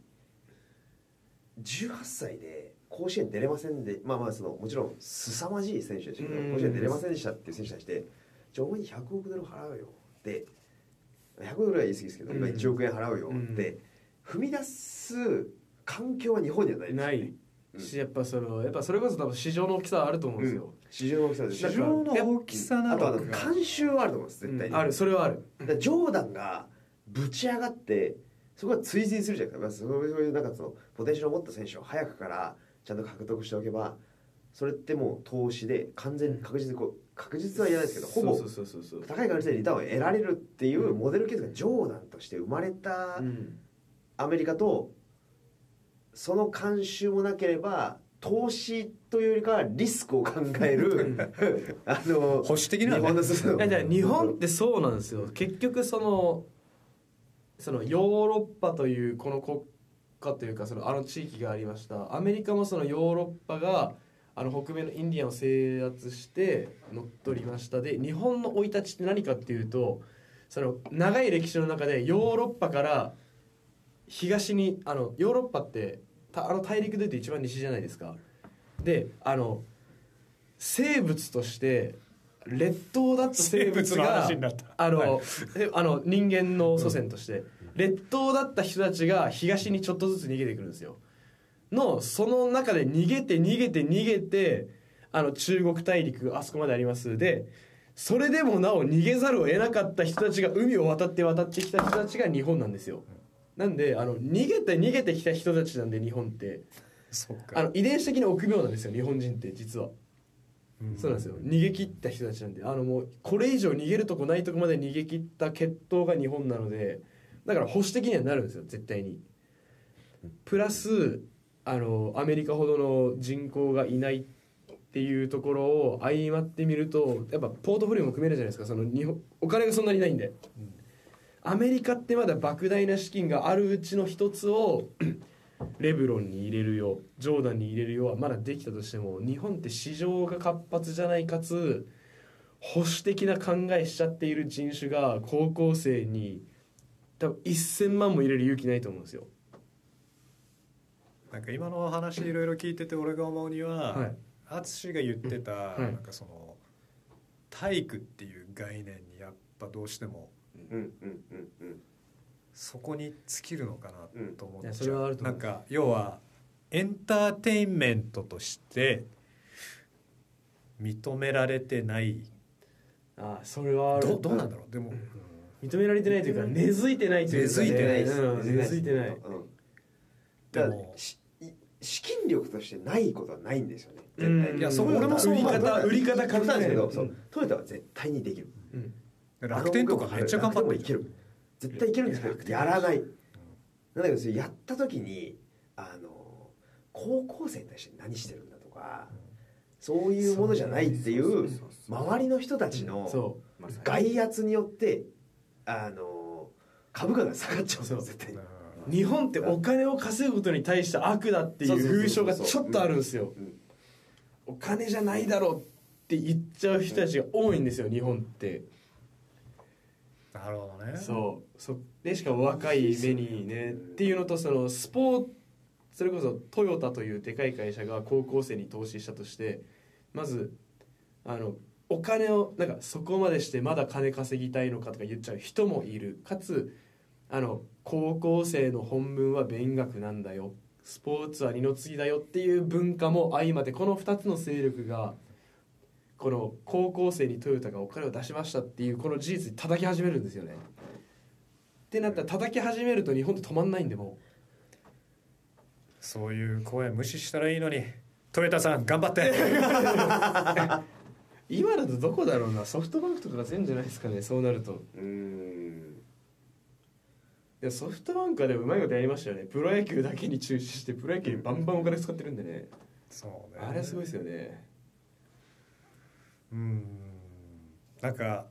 18歳で甲子園出れませんで、もちろん凄まじい選手でしたけど甲子園出れませんでしたっていう選手に対してじゃあお前に100億ドル払うよって100億ドルは言い過ぎですけど、1億円払うよって踏み出す環境は日本にはないですよね。 ないし、やっぱそれこそ多分市場の大きさはあると思うんですよ。 市場の大きさです。 市場の大きさなのか。 あと慣習はあると思います絶対に。 ある、それはある。 ジョーダンがぶち上がってそこは追随するじゃないですか。そういうなんかポテンシャルを持った選手を早くからちゃんと獲得しておけば、それってもう投資で完全に確実は言わないですけど、ほぼ高い確率でリターンを得られるっていうモデルケースがジョーダンとして生まれたアメリカと、その慣習もなければ投資というよりかはリスクを考える保守的な、ね、 日本ってそうなんですよ。結局そのヨーロッパというこの国家というかあの地域がありました。アメリカもそのヨーロッパが北米のインディアンを制圧して乗っ取りました。で日本の生い立ちって何かっていうと、その長い歴史の中でヨーロッパから東にヨーロッパって大陸でいうと一番西じゃないですか。で生物として劣等だった生物が人間の祖先として、劣等だった人たちが東にちょっとずつ逃げてくるんですよ。その中で逃げて中国大陸あそこまでありますで、それでもなお逃げざるを得なかった人たちが海を渡ってきた人たちが日本なんですよ。なんで逃げてきた人たちなんで、日本って遺伝子的に臆病なんですよ、日本人って実は。そうなんですよ、逃げ切った人たちなんで、もうこれ以上逃げるとこないとこまで逃げ切った血統が日本なので、だから保守的にはなるんですよ絶対に。プラスアメリカほどの人口がいないっていうところを相まってみると、やっぱポートフォリオも組めるじゃないですか。お金がそんなにないんで、アメリカってまだ莫大な資金があるうちの一つをレブロンに入れるよ、ジョーダンに入れるよはまだできたとしても、日本って市場が活発じゃない、かつ保守的な考えしちゃっている人種が高校生に多分1000万も入れる勇気ないと思うんですよ。 なんか今の話いろいろ聞いてて俺が思うには、淳が言ってた、なんかその体育っていう概念にやっぱどうしてもそこに尽きるのかなと思っちゃう。なんか要はエンターテインメントとして認められてない。 それはどうなんだろう。でも、 認められてないというか根付いてないというか、根付いてないです。根付いてない。 でも資金力としてないことはないんですよね。 絶対。いや、俺もそう。 売り方簡単ですけど、 トヨタは絶対にできる。 楽天とかめっちゃ頑張っていける。絶対いけるんですけど、やらない。なんだけどやった時に高校生に対して何してるんだとか、そういうものじゃないっていう周りの人たちの外圧によって株価が下がっちゃうんですよ絶対に。 日本ってお金を稼ぐことに対して悪だっていう風潮がちょっとあるんですよ。お金じゃないだろうって言っちゃう人たちが多いんですよ、日本って。 なるほどね。 そうでしかも若い目にねっていうのと、それこそトヨタというでかい会社が高校生に投資したとして、まずお金をなんかそこまでしてまだ金稼ぎたいのかとか言っちゃう人もいる。かつ高校生の本分は勉学なんだよ、スポーツは二の次だよっていう文化も相まって、この2つの勢力がこの高校生にトヨタがお金を出しましたっていうこの事実に叩き始めるんですよね。ってなったら叩き始めると日本って止まんないんで、もうそういう声無視したらいいのに、トヨタさん頑張って今だとどこだろうな、ソフトバンクとかが全じゃないですかね。そうなるといやソフトバンクはでもうまいことやりましたよね。プロ野球だけに注視してプロ野球にバンバンお金使ってるんでね。 そうね、 あれすごいですよね。 なんか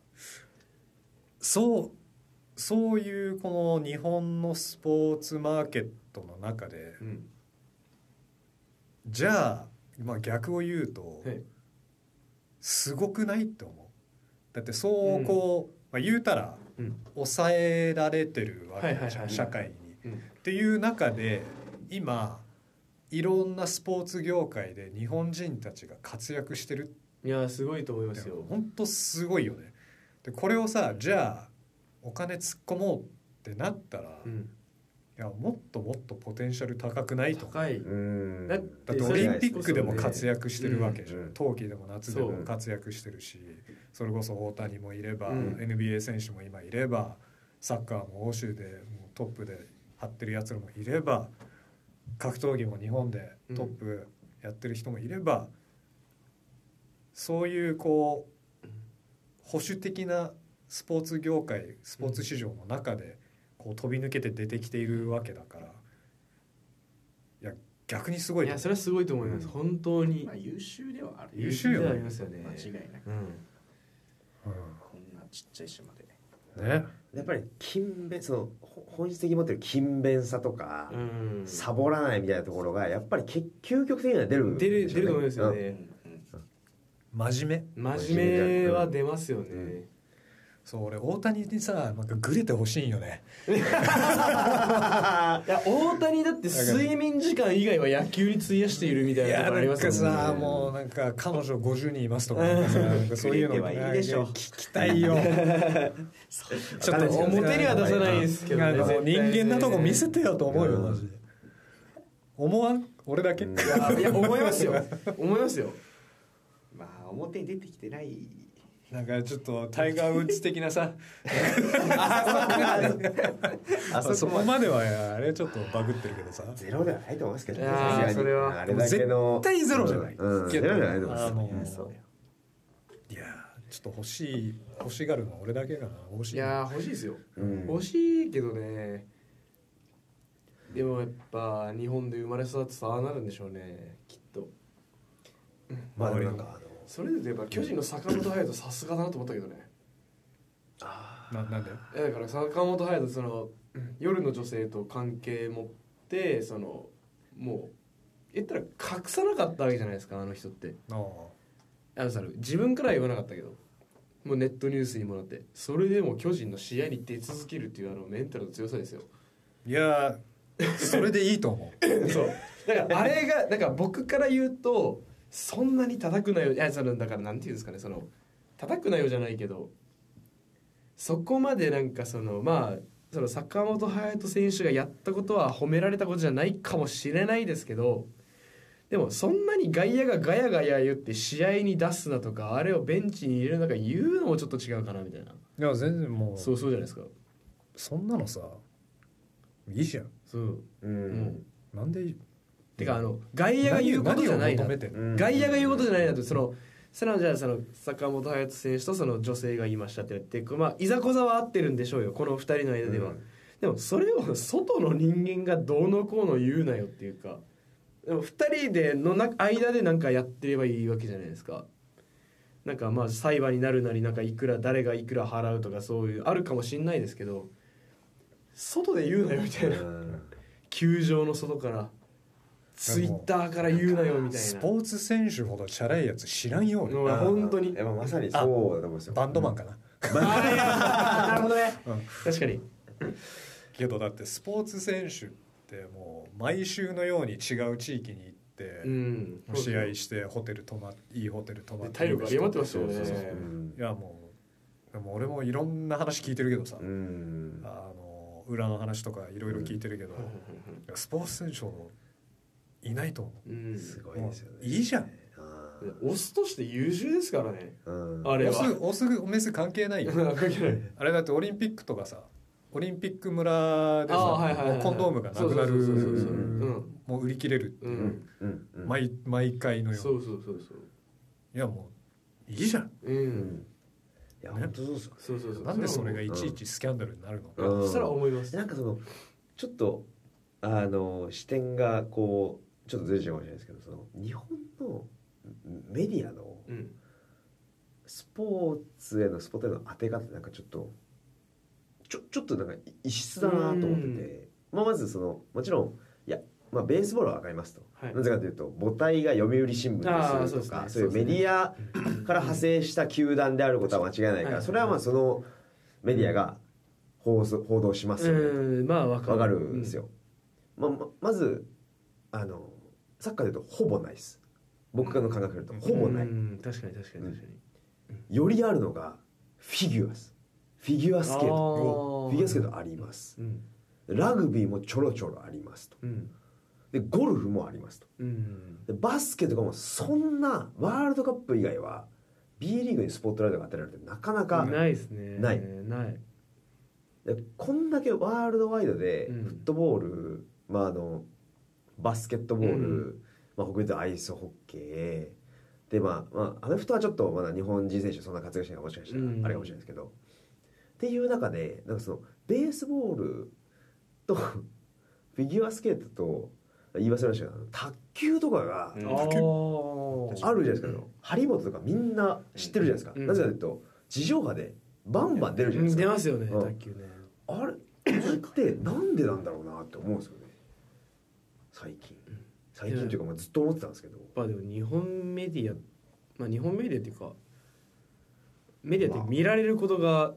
そういうこの日本のスポーツマーケットの中で、じゃあ、逆を言うと、すごくないって思う。だってそう言うたら、抑えられてるわけじゃん、社会に、っていう中で今いろんなスポーツ業界で日本人たちが活躍してる。 いやすごいと思いますよ。 本当すごいよね。でこれをさ、じゃあお金突っ込もうってなったら、いやもっともっとポテンシャル高くないと。 高い。 だってオリンピックでも活躍してるわけじゃん、冬季でも夏でも活躍してるし、それこそ大谷もいれば、NBA 選手も今いれば、サッカーも欧州でもうトップで張ってるやつらもいれば、格闘技も日本でトップやってる人もいれば、そういう保守的なスポーツ業界、スポーツ市場の中で飛び抜けて出てきているわけだから、いや逆にすごい。 いやそれはすごいと思います、本当に。 優秀ではある。 優秀よね。 ありますよね。 間違いなく。こんなちっちゃい島で。 ね。 やっぱり本質的に持ってる勤勉さとか、サボらないみたいなところがやっぱり究極的には出ると思いますよね。 真面目は出ますよね。 そう俺大谷にさなんかグレてほしいんよね。 いや大谷だって睡眠時間以外は野球に費やしているみたいなところありますもんね。 よなんかさもうなんか彼女50人いますとかなんかさなんかそういうのはいいでしょ聞きたいよ。 ちょっと表には出さないですけどね。 なんかもう人間なとこ見せてよと思うよマジで。思わん？俺だけ？ いや思いますよ。思いますよ。 まあ表に出てきてないなんかちょっとタイガー・ウッズ的なさそこまではあれちょっとバグってるけどさゼロではないと思いますけどね。 いやさすがにそれはあれだけの絶対ゼロじゃない、 ゼロじゃないと思います。 そういやちょっと欲しがるの俺だけかな。欲しい。 いや欲しいですよ。 うん欲しいけどね。でもやっぱ日本で生まれ育つとああなるんでしょうねきっと。 まあでもなんかそれでやっぱ巨人の坂本勇人さすがだなと思ったけどね。 なんで？ だから坂本勇人その夜の女性と関係持ってそのもう言ったら隠さなかったわけじゃないですかあの人って。自分からは言わなかったけどもうネットニュースにもなってそれでも巨人の試合に出続けるっていうメンタルの強さですよ。 いやそれでいいと思う。 そうだからあれがだから僕から言うとそんなに叩くなよ。いやそのだからなんていうんですかねその叩くなよじゃないけどそこまでなんかそのまあその坂本勇人選手がやったことは褒められたことじゃないかもしれないですけどでもそんなに外野がガヤガヤ言って試合に出すなとかあれをベンチに入れるのか言うのもちょっと違うかなみたいな。 いや全然もうそうじゃないですか。 そんなのさいいじゃん。 そうなんでてか外野が言うことじゃないな。 何を求めてんの？ 外野が言うことじゃないなとそのじゃあその坂本勇人選手とその女性が言いましたって言ってまあいざこざは合ってるんでしょうよこの2人の間では、でもそれを外の人間がどうのこうの言うなよっていうかでも2人での間でなんかやってればいいわけじゃないですか。なんかまあ裁判になるなりなんか誰がいくら払うとかそういうあるかもしんないですけど外で言うなよみたいな球場の外からツイッターから言うなよみたいな。 スポーツ選手ほどチャラいやつ知らんよ俺。 本当にまさにそうだと思うんですよ。 バンドマンかな。 なるほどね、確かに。 けどだってスポーツ選手ってもう毎週のように違う地域に行って、試合していいホテル泊まって体力あり余ってますよね。 いやもう俺もいろんな話聞いてるけどさ、裏の話とかいろいろ聞いてるけど、スポーツ選手ほどいないと思う。 すごいですよね。 いいじゃん。 オスとして優秀ですからね。あれはオスメス関係ないよ。あれだってオリンピックとかさオリンピック村でさコンドームがなくなるもう売り切れるっていう毎回のように。いやもういいじゃん。 いや本当そうですよ。 なんでそれがいちいちスキャンダルになるのか。 そしたら思います。 なんかそのちょっと視点がこうちょっとずれちゃうかもしれないですけどその日本のメディアのスポーツへの当て方ってなんかちょっとなんか異質だなと思ってて、まずそのもちろんベースボールは分かりますと、なぜかというと母体が読売新聞でするとかそういうメディアから派生した球団であることは間違いないからそれはそのメディアが報道しますよね分かるんですよ。まずサッカーでいうとほぼないです。僕の感覚でいうとほぼない。 確かによりあるのがフィギュアスケートあります。ラグビーもちょろちょろありますと。でゴルフもありますと。でバスケとかもそんなワールドカップ以外は B リーグにスポットライトが当てられてなかなかないですね。 ない。でこんだけワールドワイドでフットボール、バスケットボール、北米でアイスホッケーでアメフトはちょっとまだ日本人選手そんな活躍しないかもしれないし、あれかもしれないですけどっていう中でなんかそのベースボールとフィギュアスケートと言い忘れましたけど卓球とかがあるじゃないですか。張本とかみんな知ってるじゃないですか。なぜかというと地上波でバンバン出るじゃないですか。 出ますよね卓球ね。 あれってなんでなんだろうなって思うんですよね最近というかずっと思ってたんですけど。 でも日本メディア日本メディアっていうかメディアって見られることが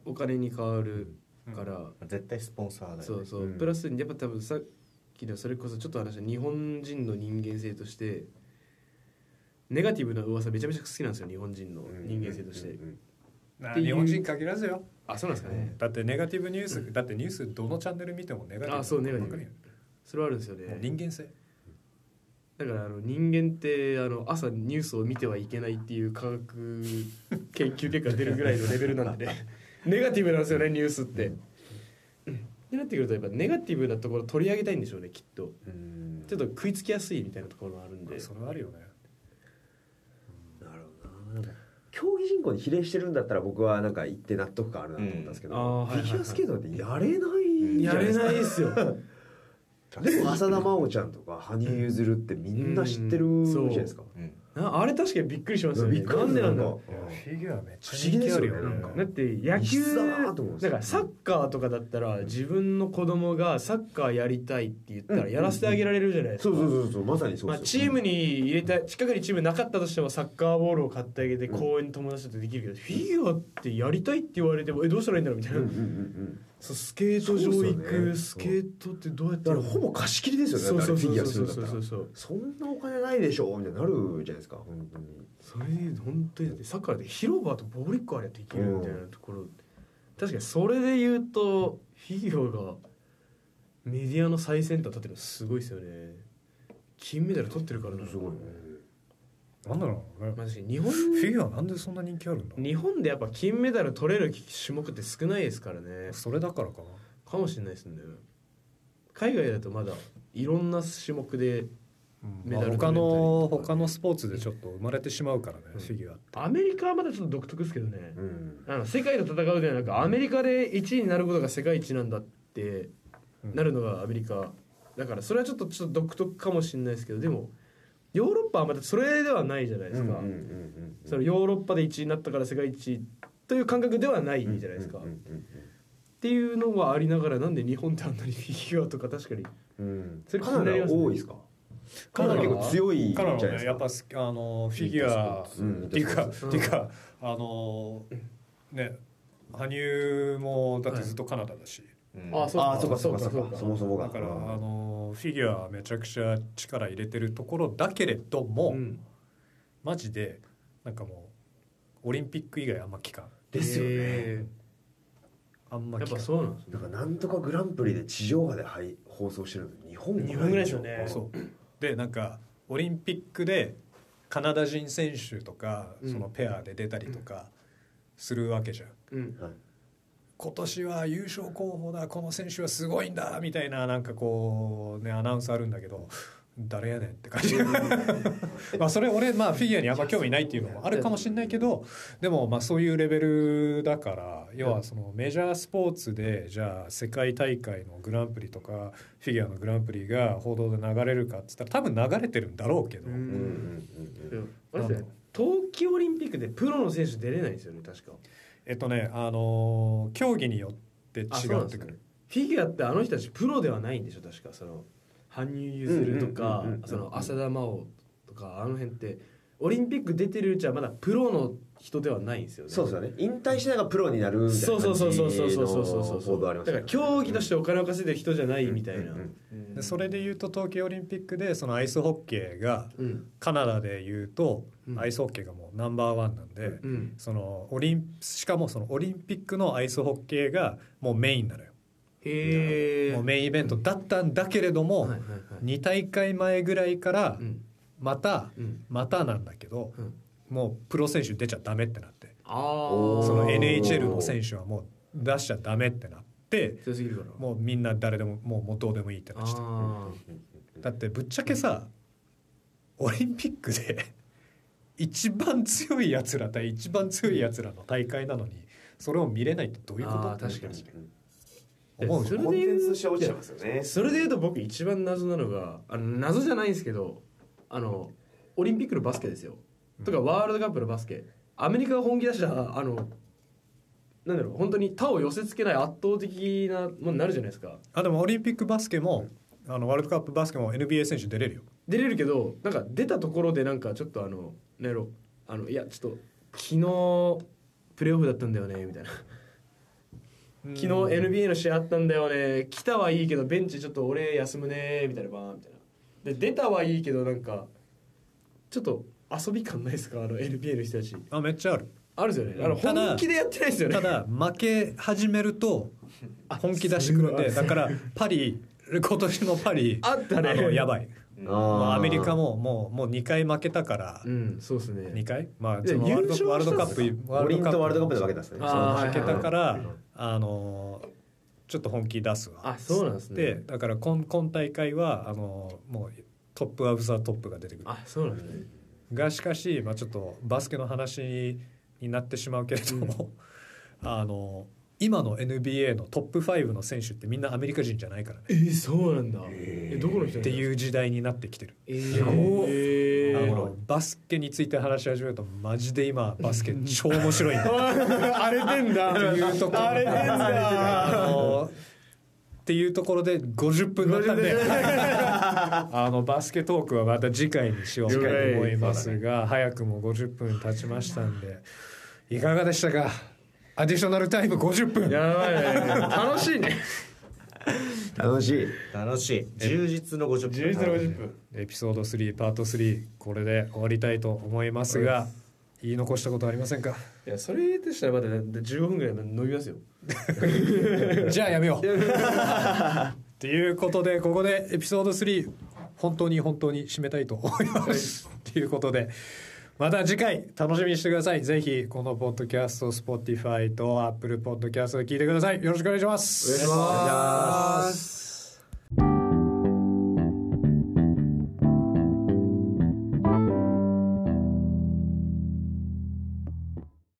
お金に変わるから、 絶対スポンサーだよね。 そうそう、プラスやっぱ多分さっきのそれこそちょっと話した日本人の人間性としてネガティブな噂めちゃめちゃ好きなんですよ、日本人の人間性として、 日本人限らずよ。 あ、そうなんですかね。 だってネガティブニュース、だってニュースどのチャンネル見てもネガティブ。 あ、そう、ネガティブ。それはあるんですよね。 人間性。 だから人間って朝ニュースを見てはいけないっていう科学研究結果が出るぐらいのレベルなんでねネガティブなんですよね、ニュースって。ってなってくるとやっぱネガティブなところを取り上げたいんでしょうね、きっと。ちょっと食いつきやすいみたいなところがあるんで。 それはあるよね。 なるほどな。競技人口に比例してるんだったら僕はなんか一定納得感あるなと思ったんですけど、フィギュアスケートってやれないじゃないですか。 やれないですよでも浅田真央ちゃんとか羽生結弦ってみんな知ってるじゃないですか。 あれ確かにびっくりしますよね。なんでなんだろう。 フィギュアめっちゃ人気あるよね。 だって野球だからサッカーとかだったら自分の子供がサッカーやりたいって言ったらやらせてあげられるじゃないですか。 そうまさにそうですよ。 チームに入れたい、近くにチームなかったとしてもサッカーボールを買ってあげて公園に友達とできるけど、フィギュアってやりたいって言われてもどうしたらいいんだろうみたいな。そうスケート場行く、スケートってどうやってだからほぼ貸し切りですよね。フィギュアするんだったらそんなお金ないでしょみたいになるじゃないですか。本当にそれで本当にサッカーで広場とボール1個あればできるみたいなところ、確かにそれで言うとフィギュアがメディアの最先端立ってるのすごいですよね。金メダル取ってるからな。 すごいね。 なんだろうね。 確かに日本フィギュアなんでそんな人気あるんだ。 日本でやっぱ金メダル取れる種目って少ないですからね。 それだからかな。 かもしれないですね。海外だとまだいろんな種目でメダル取れたりとか、 他のスポーツでちょっと生まれてしまうからね、フィギュアって。 アメリカはまだちょっと独特ですけどね、世界と戦うではなくアメリカで1位になることが世界一なんだってなるのがアメリカだから、それはちょっと独特かもしれないですけど、でもヨーロッパはまたそれではないじゃないですか。そのヨーロッパで1位になったから世界一という感覚ではないじゃないですか。っていうのはありながら、なんで日本ってあんなにフィギュアとか確かに、 それカナダ多いですか。カナダ結構強いじゃないですか。 やっぱフィギュアっていうかね、羽生もだってずっとカナダだし。 そうかそもそもがだからフィギュアはめちゃくちゃ力入れてるところだけれども、マジでなんかもうオリンピック以外あんま聞かんですよね。 あんま聞かん。 やっぱそうなんですね。 なんかなんとかグランプリで地上波で放送してるの日本ぐらいですよね。 そうでなんかオリンピックでカナダ人選手とかそのペアで出たりとかするわけじゃん。今年は優勝候補だ、この選手はすごいんだみたいな、なんかこうねアナウンスあるんだけど、誰やねんって感じまあそれ俺フィギュアにあんま興味ないっていうのもあるかもしれないけど、でもそういうレベルだから、要はそのメジャースポーツでじゃあ世界大会のグランプリとかフィギュアのグランプリが報道で流れるかっつったら多分流れてるんだろうけど、 冬季オリンピックでプロの選手出れないんですよね、確か。 競技によって違ってくる。 フィギュアってあの人たちプロではないんでしょ確か。その羽生結弦とかその浅田真央とかあの辺ってオリンピック出てるうちはまだプロの人ではないんですよね。 そうですよね。引退しながらプロになるみたいな感じの報道ありましたね。 だから競技としてお金を稼いでる人じゃないみたいな。 でそれでいうと冬季オリンピックでそのアイスホッケーが、カナダでいうと、アイスホッケーがもうナンバーワンなんで、そのしかもそのオリンピックのアイスホッケーがもうメインなのよ。もうメインイベントだったんだけれども、2大会前ぐらいからまたなんだけど、もうプロ選手出ちゃダメってなって、その NHL の選手はもう出しちゃダメってなって、もうみんな誰でももうどうでもいいってなっちゃった。だってぶっちゃけさ、オリンピックで一番強いやつら対一番強いやつらの大会なのにそれを見れないってどういうこと？ 確かに思う。コンテンツとして落ちてますよね。 それでいうと僕一番謎なのが、謎じゃないんですけど、オリンピックのバスケですよ、とかワールドカップのバスケ、アメリカが本気出したなんだろう、本当に他を寄せつけない圧倒的なものになるじゃないですか。 でもオリンピックバスケもワールドカップバスケも NBA 選手出れるよ。 出れるけど、なんか出たところでなんかちょっといやちょっと昨日プレーオフだったんだよねみたいな昨日 NBA の試合あったんだよね、来たはいいけどベンチちょっと俺休むねみたいなバーンみたいなで、出たはいいけどなんかちょっと遊び感ないですか、NBA の人たち。 めっちゃあるですよね。本気でやってないですよね。 ただ負け始めると本気出してくるんで、だからパリ今年のパリあったね、 やばい。アメリカももう2回負けたから、 そうですね、 2回、そのワールドカップ五輪とワールドカップで負けたんですね。 負けたからちょっと本気出すわ。 そうなんですね。 でだから今大会はもうトップアブザトップが出てくる。 そうなんですね。 がしかし、ちょっとバスケの話になってしまうけれども、今の NBA のトップ5の選手ってみんなアメリカ人じゃないからね。 そうなんだ。どこの人っていう時代になってきてる。バスケについて話し始めるとマジで今バスケ超面白いんだ。 荒れてんだ。 っていうところ荒れてんだ。 っていうところで50分だったんでバスケトークはまた次回にしようと思いますが、早くも50分経ちましたんでいかがでしたか。アディショナルタイム50分。 やばいね。楽しいね。 楽しい充実の50分。 充実の50分。 エピソード3パート3これで終わりたいと思いますが、言い残したことありませんか。 いやそれでしたらまだ15分ぐらい伸びますよ。 じゃあやめようっていうことで、ここでエピソード3本当に締めたいと思いますということで、また次回楽しみにしてください。ぜひこのポッドキャスト Spotify と Apple ポッドキャストで聞いてください。よろしくお願いします。 お願いします。